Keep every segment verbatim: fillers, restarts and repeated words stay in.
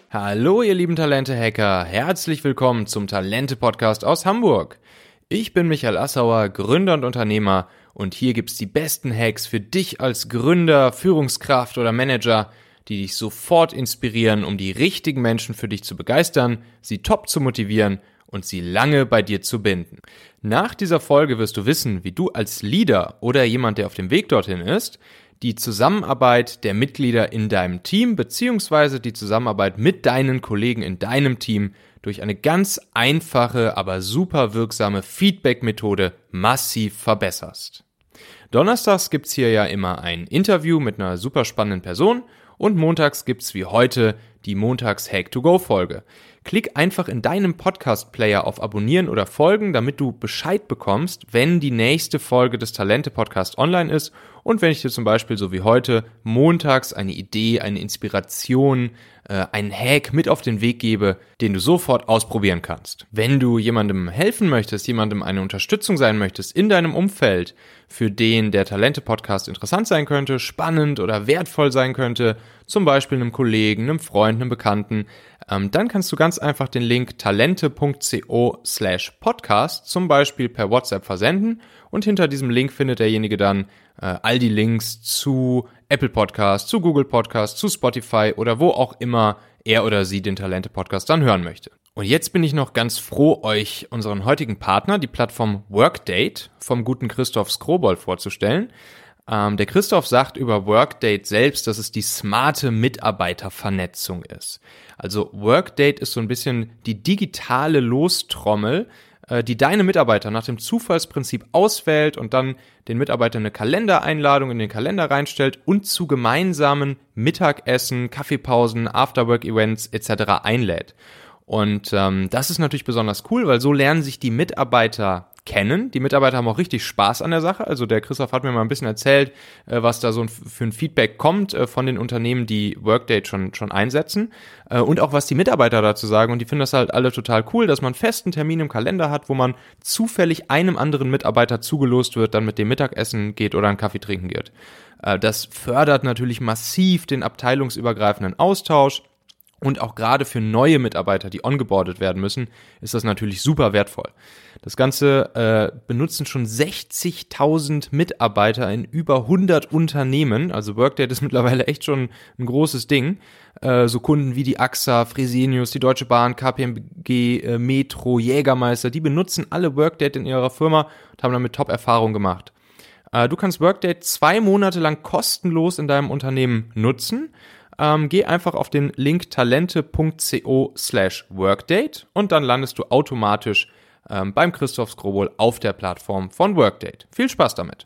Hallo ihr lieben Talente-Hacker, herzlich willkommen zum Talente-Podcast aus Hamburg. Ich bin Michael Assauer, Gründer und Unternehmer und hier gibt's die besten Hacks für dich als Gründer, Führungskraft oder Manager, die dich sofort inspirieren, um die richtigen Menschen für dich zu begeistern, sie top zu motivieren und sie lange bei dir zu binden. Nach dieser Folge wirst du wissen, wie du als Leader oder jemand, der auf dem Weg dorthin ist, die Zusammenarbeit der Mitglieder in deinem Team bzw. die Zusammenarbeit mit deinen Kollegen in deinem Team durch eine ganz einfache, aber super wirksame Feedback-Methode massiv verbesserst. Donnerstags gibt's hier ja immer ein Interview mit einer super spannenden Person und montags gibt's wie heute die Montags-Hack-to-Go-Folge. Klick einfach in deinem Podcast-Player auf Abonnieren oder Folgen, damit du Bescheid bekommst, wenn die nächste Folge des Talente-Podcasts online ist und wenn ich dir zum Beispiel so wie heute montags eine Idee, eine Inspiration, äh, einen Hack mit auf den Weg gebe, den du sofort ausprobieren kannst. Wenn du jemandem helfen möchtest, jemandem eine Unterstützung sein möchtest in deinem Umfeld, für den der Talente-Podcast interessant sein könnte, spannend oder wertvoll sein könnte, zum Beispiel einem Kollegen, einem Freund, einem Bekannten, ähm, dann kannst du ganz einfach den Link talente.co slash podcast zum Beispiel per WhatsApp versenden und hinter diesem Link findet derjenige dann äh, all die Links zu Apple Podcasts, zu Google Podcasts, zu Spotify oder wo auch immer er oder sie den Talente-Podcast dann hören möchte. Und jetzt bin ich noch ganz froh, euch unseren heutigen Partner, die Plattform Workdate vom guten Christoph Skroboll vorzustellen. Ähm, der Christoph sagt über Workdate selbst, dass es die smarte Mitarbeitervernetzung ist. Also Workdate ist so ein bisschen die digitale Lostrommel, äh, die deine Mitarbeiter nach dem Zufallsprinzip auswählt und dann den Mitarbeitern eine Kalendereinladung in den Kalender reinstellt und zu gemeinsamen Mittagessen, Kaffeepausen, Afterwork-Events et cetera einlädt. Und ähm, das ist natürlich besonders cool, weil so lernen sich die Mitarbeiter kennen. Die Mitarbeiter haben auch richtig Spaß an der Sache. Also der Christoph hat mir mal ein bisschen erzählt, äh, was da so ein, für ein Feedback kommt äh, von den Unternehmen, die Workdate schon schon einsetzen äh, und auch was die Mitarbeiter dazu sagen. Und die finden das halt alle total cool, dass man einen festen Termin im Kalender hat, wo man zufällig einem anderen Mitarbeiter zugelost wird, dann mit dem Mittagessen geht oder einen Kaffee trinken geht. Äh, das fördert natürlich massiv den abteilungsübergreifenden Austausch. Und auch gerade für neue Mitarbeiter, die ongeboardet werden müssen, ist das natürlich super wertvoll. Das Ganze äh, benutzen schon sechzigtausend Mitarbeiter in über hundert Unternehmen. Also Workdate ist mittlerweile echt schon ein großes Ding. Äh, so Kunden wie die A X A, Fresenius, die Deutsche Bahn, K P M G, äh, Metro, Jägermeister, die benutzen alle Workdate in ihrer Firma und haben damit Top-Erfahrungen gemacht. Äh, du kannst Workdate zwei Monate lang kostenlos in deinem Unternehmen nutzen. Ähm, geh einfach auf den Link talente.co slash workdate und dann landest du automatisch ähm, beim Christoph Skroboll auf der Plattform von Workdate. Viel Spaß damit!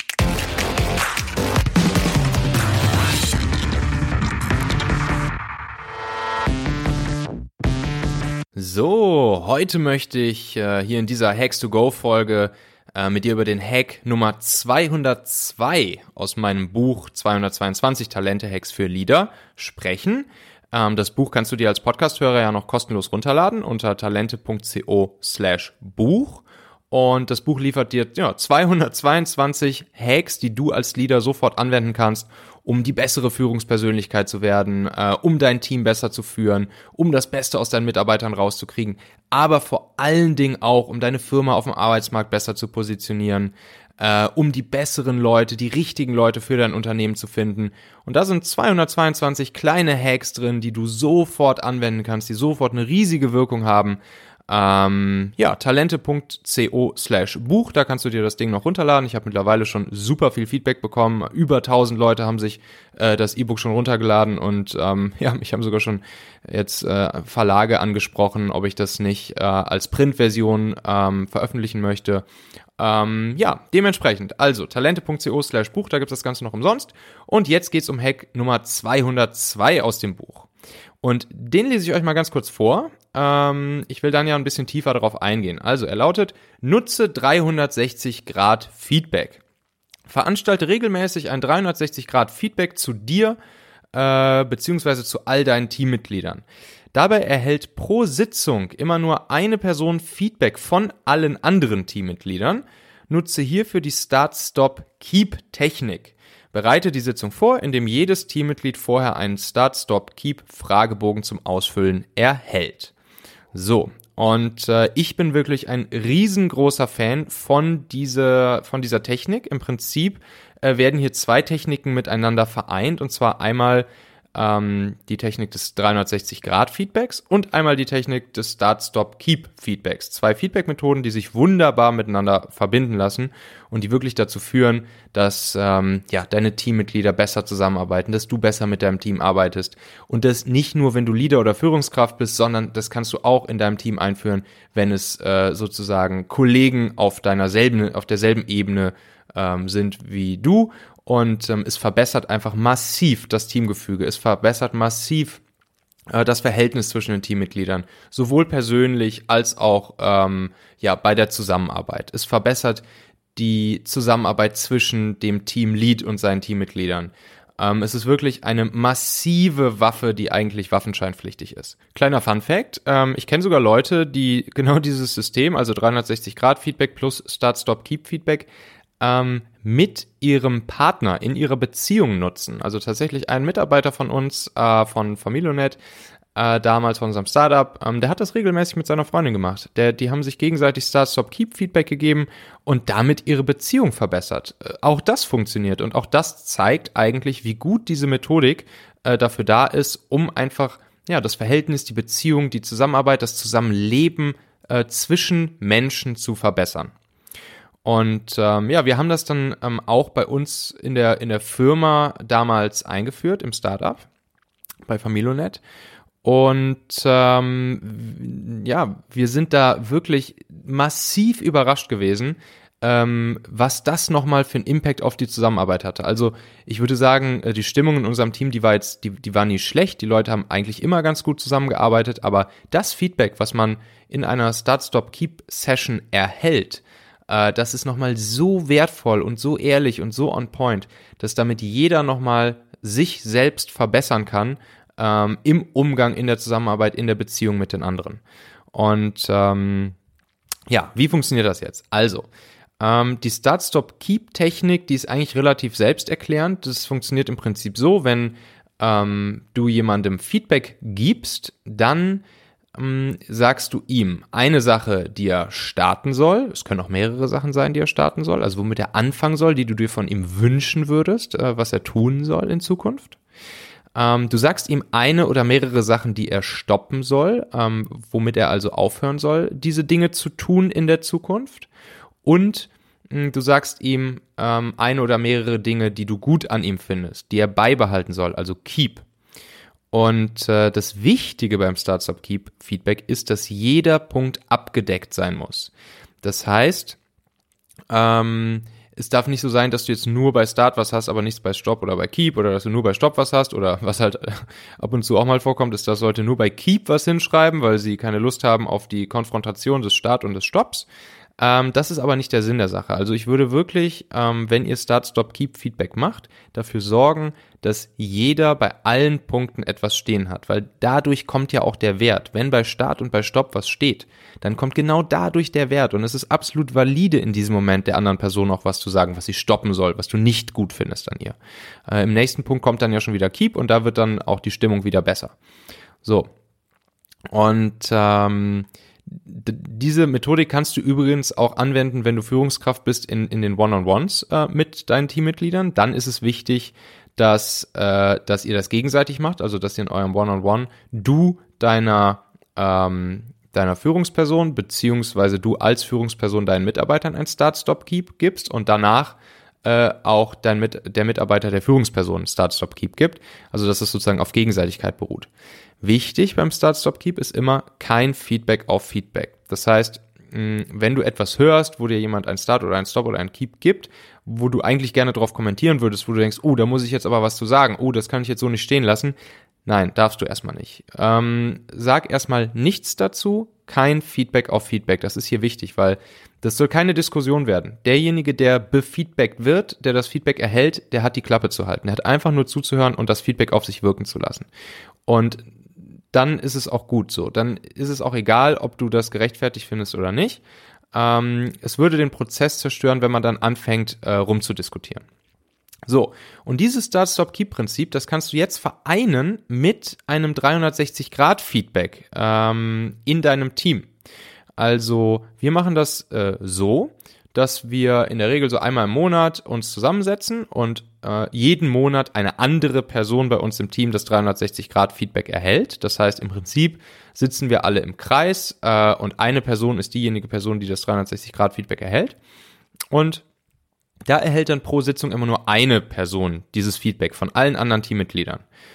So, heute möchte ich äh, hier in dieser Hacks-to-Go-Folge mit dir über den Hack Nummer zweihundertzwei aus meinem Buch zweihundertzweiundzwanzig Talente-Hacks für Leader sprechen. Ähm, das Buch kannst du dir als Podcast-Hörer ja noch kostenlos runterladen unter talente.co slash Buch. Und das Buch liefert dir ja, zweihundertzweiundzwanzig Hacks, die du als Leader sofort anwenden kannst, um die bessere Führungspersönlichkeit zu werden, äh, um dein Team besser zu führen, um das Beste aus deinen Mitarbeitern rauszukriegen, aber vor allen Dingen auch, um deine Firma auf dem Arbeitsmarkt besser zu positionieren, äh, um die besseren Leute, die richtigen Leute für dein Unternehmen zu finden. Und da sind zweihundertzweiundzwanzig kleine Hacks drin, die du sofort anwenden kannst, die sofort eine riesige Wirkung haben. Ähm, ja, talente.co slash Buch, da kannst du dir das Ding noch runterladen. Ich habe mittlerweile schon super viel Feedback bekommen. Über tausend Leute haben sich äh, das E-Book schon runtergeladen und ähm, ja, mich haben sogar schon jetzt äh, Verlage angesprochen, ob ich das nicht äh, als Printversion ähm, veröffentlichen möchte. Ähm, ja, dementsprechend, also talente.co slash Buch, da gibt es das Ganze noch umsonst. Und jetzt geht's um Hack Nummer zweihundertzwei aus dem Buch. Und den lese ich euch mal ganz kurz vor. Ähm, ich will dann ja ein bisschen tiefer darauf eingehen. Also er lautet, nutze dreihundertsechzig Grad Feedback. Veranstalte regelmäßig ein dreihundertsechzig Grad Feedback zu dir äh, beziehungsweise zu all deinen Teammitgliedern. Dabei erhält pro Sitzung immer nur eine Person Feedback von allen anderen Teammitgliedern. Nutze hierfür die Start-Stop-Keep-Technik. Bereite die Sitzung vor, indem jedes Teammitglied vorher einen Start-Stop-Keep-Fragebogen zum Ausfüllen erhält. So, und äh, ich bin wirklich ein riesengroßer Fan von dieser, von dieser Technik. Im Prinzip äh, werden hier zwei Techniken miteinander vereint, und zwar einmal ähm, die Technik des dreihundertsechzig Grad Feedbacks und einmal die Technik des Start-Stop-Keep-Feedbacks. Zwei Feedback-Methoden, die sich wunderbar miteinander verbinden lassen und die wirklich dazu führen, dass ähm, ja deine Teammitglieder besser zusammenarbeiten, dass du besser mit deinem Team arbeitest und das nicht nur, wenn du Leader oder Führungskraft bist, sondern das kannst du auch in deinem Team einführen, wenn es äh, sozusagen Kollegen auf deiner selben, auf derselben Ebene ähm, sind wie du. Und ähm, es verbessert einfach massiv das Teamgefüge. Es verbessert massiv äh, das Verhältnis zwischen den Teammitgliedern, sowohl persönlich als auch ähm, ja bei der Zusammenarbeit. Es verbessert die Zusammenarbeit zwischen dem Teamlead und seinen Teammitgliedern. Ähm, es ist wirklich eine massive Waffe, die eigentlich waffenscheinpflichtig ist. Kleiner Fun-Fact, ähm, ich kenne sogar Leute, die genau dieses System, also dreihundertsechzig Grad Feedback plus Start-Stop-Keep-Feedback, ähm, mit ihrem Partner in ihrer Beziehung nutzen. Also tatsächlich ein Mitarbeiter von uns, äh, von Familonet, äh, damals von unserem Startup, ähm, der hat das regelmäßig mit seiner Freundin gemacht. Der, die haben sich gegenseitig Start-Stop-Keep-Feedback gegeben und damit ihre Beziehung verbessert. Äh, auch das funktioniert und auch das zeigt eigentlich, wie gut diese Methodik äh, dafür da ist, um einfach ja das Verhältnis, die Beziehung, die Zusammenarbeit, das Zusammenleben äh, zwischen Menschen zu verbessern. Und ähm, ja, wir haben das dann ähm, auch bei uns in der in der Firma damals eingeführt, im Startup, bei Familonet. Und ähm, ja, wir sind da wirklich massiv überrascht gewesen, ähm, was das nochmal für einen Impact auf die Zusammenarbeit hatte. Also ich würde sagen, die Stimmung in unserem Team, die war jetzt, die, die war nie schlecht. Die Leute haben eigentlich immer ganz gut zusammengearbeitet, aber das Feedback, was man in einer Start-Stop-Keep-Session erhält, das ist nochmal so wertvoll und so ehrlich und so on point, dass damit jeder nochmal sich selbst verbessern kann ähm, im Umgang, in der Zusammenarbeit, in der Beziehung mit den anderen. Und ähm, ja, wie funktioniert das jetzt? Also, ähm, die Start-Stop-Keep-Technik, die ist eigentlich relativ selbsterklärend. Das funktioniert im Prinzip so, wenn ähm, du jemandem Feedback gibst, dann sagst du ihm eine Sache, die er starten soll. Es können auch mehrere Sachen sein, die er starten soll, also womit er anfangen soll, die du dir von ihm wünschen würdest, was er tun soll in Zukunft. Ähm, du sagst ihm eine oder mehrere Sachen, die er stoppen soll, ähm, womit er also aufhören soll, diese Dinge zu tun in der Zukunft. Und mh, du sagst ihm ähm, eine oder mehrere Dinge, die du gut an ihm findest, die er beibehalten soll, also keep. Und äh, das Wichtige beim Start-Stop-Keep-Feedback ist, dass jeder Punkt abgedeckt sein muss. Das heißt, ähm, es darf nicht so sein, dass du jetzt nur bei Start was hast, aber nichts bei Stop oder bei Keep, oder dass du nur bei Stop was hast, oder was halt ab und zu auch mal vorkommt, ist, dass Leute nur bei Keep was hinschreiben, weil sie keine Lust haben auf die Konfrontation des Start und des Stops. Ähm, das ist aber nicht der Sinn der Sache. Also ich würde wirklich, ähm, wenn ihr Start-Stop-Keep-Feedback macht, dafür sorgen, dass jeder bei allen Punkten etwas stehen hat, weil dadurch kommt ja auch der Wert. Wenn bei Start und bei Stopp was steht, dann kommt genau dadurch der Wert und es ist absolut valide in diesem Moment der anderen Person auch was zu sagen, was sie stoppen soll, was du nicht gut findest an ihr. Äh, im nächsten Punkt kommt dann ja schon wieder Keep und da wird dann auch die Stimmung wieder besser. So. Und ähm, diese Methodik kannst du übrigens auch anwenden, wenn du Führungskraft bist in, in den One-on-Ones äh, mit deinen Teammitgliedern. Dann ist es wichtig, dass, äh, dass ihr das gegenseitig macht, also dass ihr in eurem One-on-One du deiner, ähm, deiner Führungsperson beziehungsweise du als Führungsperson deinen Mitarbeitern ein Start-Stop-Keep gibst und danach äh, auch dein Mit- der Mitarbeiter der Führungsperson Start-Stop-Keep gibt, also dass es sozusagen auf Gegenseitigkeit beruht. Wichtig beim Start-Stop-Keep ist immer kein Feedback auf Feedback. Das heißt, wenn du etwas hörst, wo dir jemand ein Start oder ein Stop oder ein Keep gibt, wo du eigentlich gerne drauf kommentieren würdest, wo du denkst, oh, da muss ich jetzt aber was zu sagen, oh, das kann ich jetzt so nicht stehen lassen. Nein, darfst du erstmal nicht. Ähm, sag erstmal nichts dazu, kein Feedback auf Feedback. Das ist hier wichtig, weil das soll keine Diskussion werden. Derjenige, der befeedbackt wird, der das Feedback erhält, der hat die Klappe zu halten. Der hat einfach nur zuzuhören und das Feedback auf sich wirken zu lassen. Und dann ist es auch gut so. Dann ist es auch egal, ob du das gerechtfertigt findest oder nicht. Ähm, es würde den Prozess zerstören, wenn man dann anfängt, äh, rumzudiskutieren. So, und dieses Start-Stop-Keep-Prinzip, das kannst du jetzt vereinen mit einem dreihundertsechzig Grad Feedback ähm, in deinem Team. Also wir machen das äh, so, dass wir in der Regel so einmal im Monat uns zusammensetzen und äh, jeden Monat eine andere Person bei uns im Team das dreihundertsechzig Grad Feedback erhält. Das heißt, im Prinzip sitzen wir alle im Kreis äh, und eine Person ist diejenige Person, die das dreihundertsechzig Grad Feedback erhält. Und da erhält dann pro Sitzung immer nur eine Person dieses Feedback von allen anderen Teammitgliedern.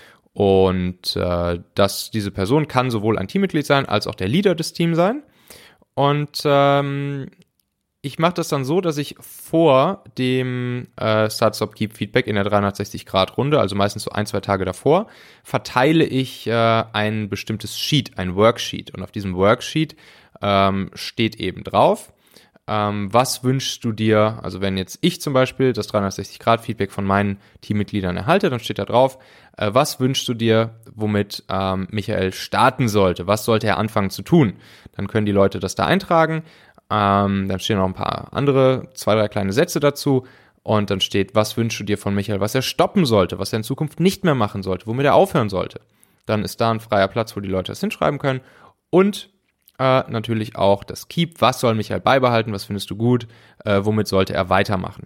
Und äh, dass diese Person kann sowohl ein Teammitglied sein, als auch der Leader des Teams sein. Und ähm, ich mache das dann so, dass ich vor dem äh, Start-Stop-Keep-Feedback in der dreihundertsechzig Grad Runde, also meistens so ein, zwei Tage davor, verteile ich äh, ein bestimmtes Sheet, ein Worksheet. Und auf diesem Worksheet ähm, steht eben drauf, Ähm, was wünschst du dir, also wenn jetzt ich zum Beispiel das dreihundertsechzig Grad Feedback von meinen Teammitgliedern erhalte, dann steht da drauf, äh, was wünschst du dir, womit ähm, Michael starten sollte, was sollte er anfangen zu tun? Dann können die Leute das da eintragen, ähm, dann stehen noch ein paar andere, zwei, drei kleine Sätze dazu und dann steht, was wünschst du dir von Michael, was er stoppen sollte, was er in Zukunft nicht mehr machen sollte, womit er aufhören sollte. Dann ist da ein freier Platz, wo die Leute das hinschreiben können und Äh, natürlich auch das Keep, was soll Michael beibehalten, was findest du gut, äh, womit sollte er weitermachen.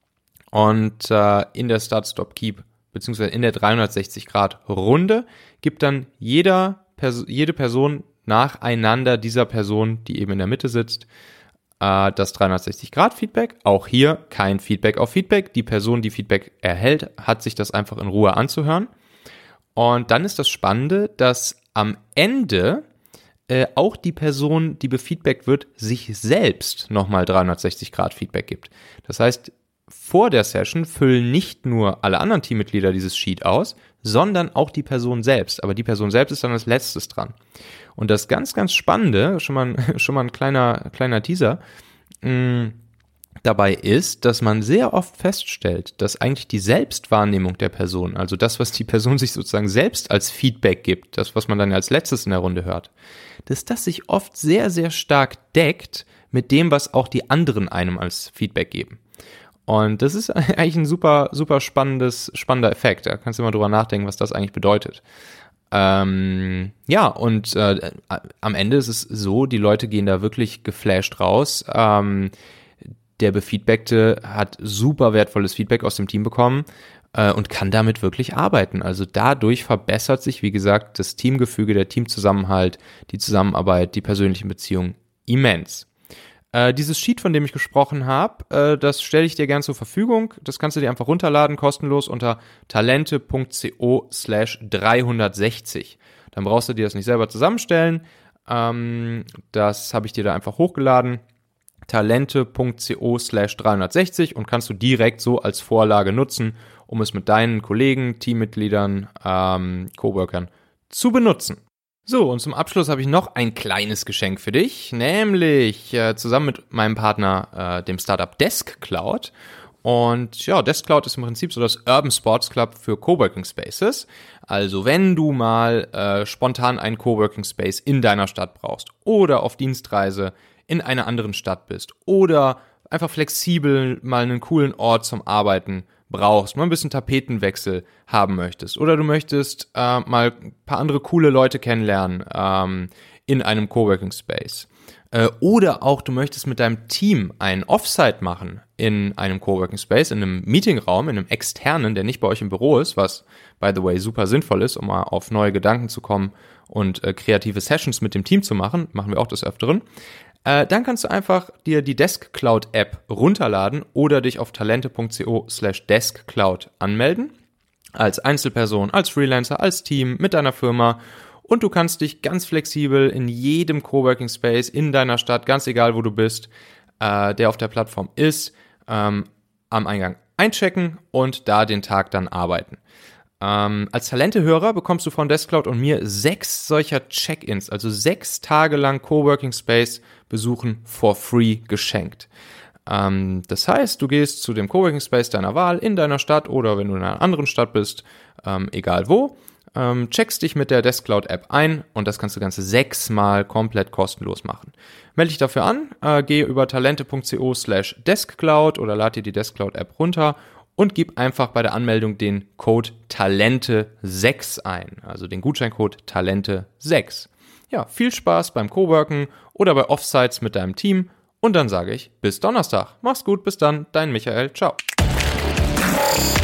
Und äh, in der Start-Stop-Keep, beziehungsweise in der dreihundertsechzig Grad Runde, gibt dann jeder Pers- jede Person nacheinander dieser Person, die eben in der Mitte sitzt, äh, das dreihundertsechzig Grad Feedback. Auch hier kein Feedback auf Feedback. Die Person, die Feedback erhält, hat sich das einfach in Ruhe anzuhören. Und dann ist das Spannende, dass am Ende Äh, auch die Person, die befeedbackt wird, sich selbst nochmal dreihundertsechzig Grad Feedback gibt. Das heißt, vor der Session füllen nicht nur alle anderen Teammitglieder dieses Sheet aus, sondern auch die Person selbst. Aber die Person selbst ist dann als letztes dran. Und das ganz, ganz Spannende, schon mal, schon mal ein kleiner, kleiner Teaser, mh, dabei ist, dass man sehr oft feststellt, dass eigentlich die Selbstwahrnehmung der Person, also das, was die Person sich sozusagen selbst als Feedback gibt, das, was man dann als letztes in der Runde hört, dass das sich oft sehr, sehr stark deckt mit dem, was auch die anderen einem als Feedback geben. Und das ist eigentlich ein super, super spannendes, spannender Effekt. Da kannst du mal drüber nachdenken, was das eigentlich bedeutet. Ähm, ja, und äh, am Ende ist es so, die Leute gehen da wirklich geflasht raus. Ähm, Der Befeedbackte hat super wertvolles Feedback aus dem Team bekommen äh, und kann damit wirklich arbeiten. Also dadurch verbessert sich, wie gesagt, das Teamgefüge, der Teamzusammenhalt, die Zusammenarbeit, die persönlichen Beziehungen immens. Äh, dieses Sheet, von dem ich gesprochen habe, äh, das stelle ich dir gern zur Verfügung. Das kannst du dir einfach runterladen, kostenlos unter talente.co slash dreihundertsechzig. Dann brauchst du dir das nicht selber zusammenstellen. Ähm, das habe ich dir da einfach hochgeladen. talente.co slash dreihundertsechzig und kannst du direkt so als Vorlage nutzen, um es mit deinen Kollegen, Teammitgliedern, ähm, Coworkern zu benutzen. So, und zum Abschluss habe ich noch ein kleines Geschenk für dich, nämlich äh, zusammen mit meinem Partner, äh, dem Startup DeskCloud. Und ja, DeskCloud ist im Prinzip so das Urban Sports Club für Coworking Spaces. Also wenn du mal äh, spontan einen Coworking Space in deiner Stadt brauchst oder auf Dienstreise in einer anderen Stadt bist oder einfach flexibel mal einen coolen Ort zum Arbeiten brauchst, mal ein bisschen Tapetenwechsel haben möchtest oder du möchtest äh, mal ein paar andere coole Leute kennenlernen ähm, in einem Coworking Space äh, oder auch du möchtest mit deinem Team ein Offsite machen in einem Coworking Space, in einem Meetingraum, in einem externen, der nicht bei euch im Büro ist, was by the way super sinnvoll ist, um mal auf neue Gedanken zu kommen und äh, kreative Sessions mit dem Team zu machen, machen wir auch des Öfteren. Dann kannst du einfach dir die DeskCloud-App runterladen oder dich auf talente.co slash DeskCloud anmelden. Als Einzelperson, als Freelancer, als Team, mit deiner Firma. Und du kannst dich ganz flexibel in jedem Coworking Space in deiner Stadt, ganz egal wo du bist, äh, der auf der Plattform ist, ähm, am Eingang einchecken und da den Tag dann arbeiten. Ähm, als Talente-Hörer bekommst du von DeskCloud und mir sechs solcher Check-ins, also sechs Tage lang Coworking Space besuchen for free geschenkt. Ähm, das heißt, du gehst zu dem Coworking Space deiner Wahl in deiner Stadt oder wenn du in einer anderen Stadt bist, ähm, egal wo, ähm, checkst dich mit der DeskCloud-App ein und das kannst du ganze sechsmal komplett kostenlos machen. Melde dich dafür an, äh, geh über talente.co slash DeskCloud oder lad dir die DeskCloud-App runter und gib einfach bei der Anmeldung den Code Talente sechs ein, also den Gutscheincode Talente sechs. Ja, viel Spaß beim Coworken oder bei Offsites mit deinem Team und dann sage ich bis Donnerstag. Mach's gut, bis dann, dein Michael, ciao.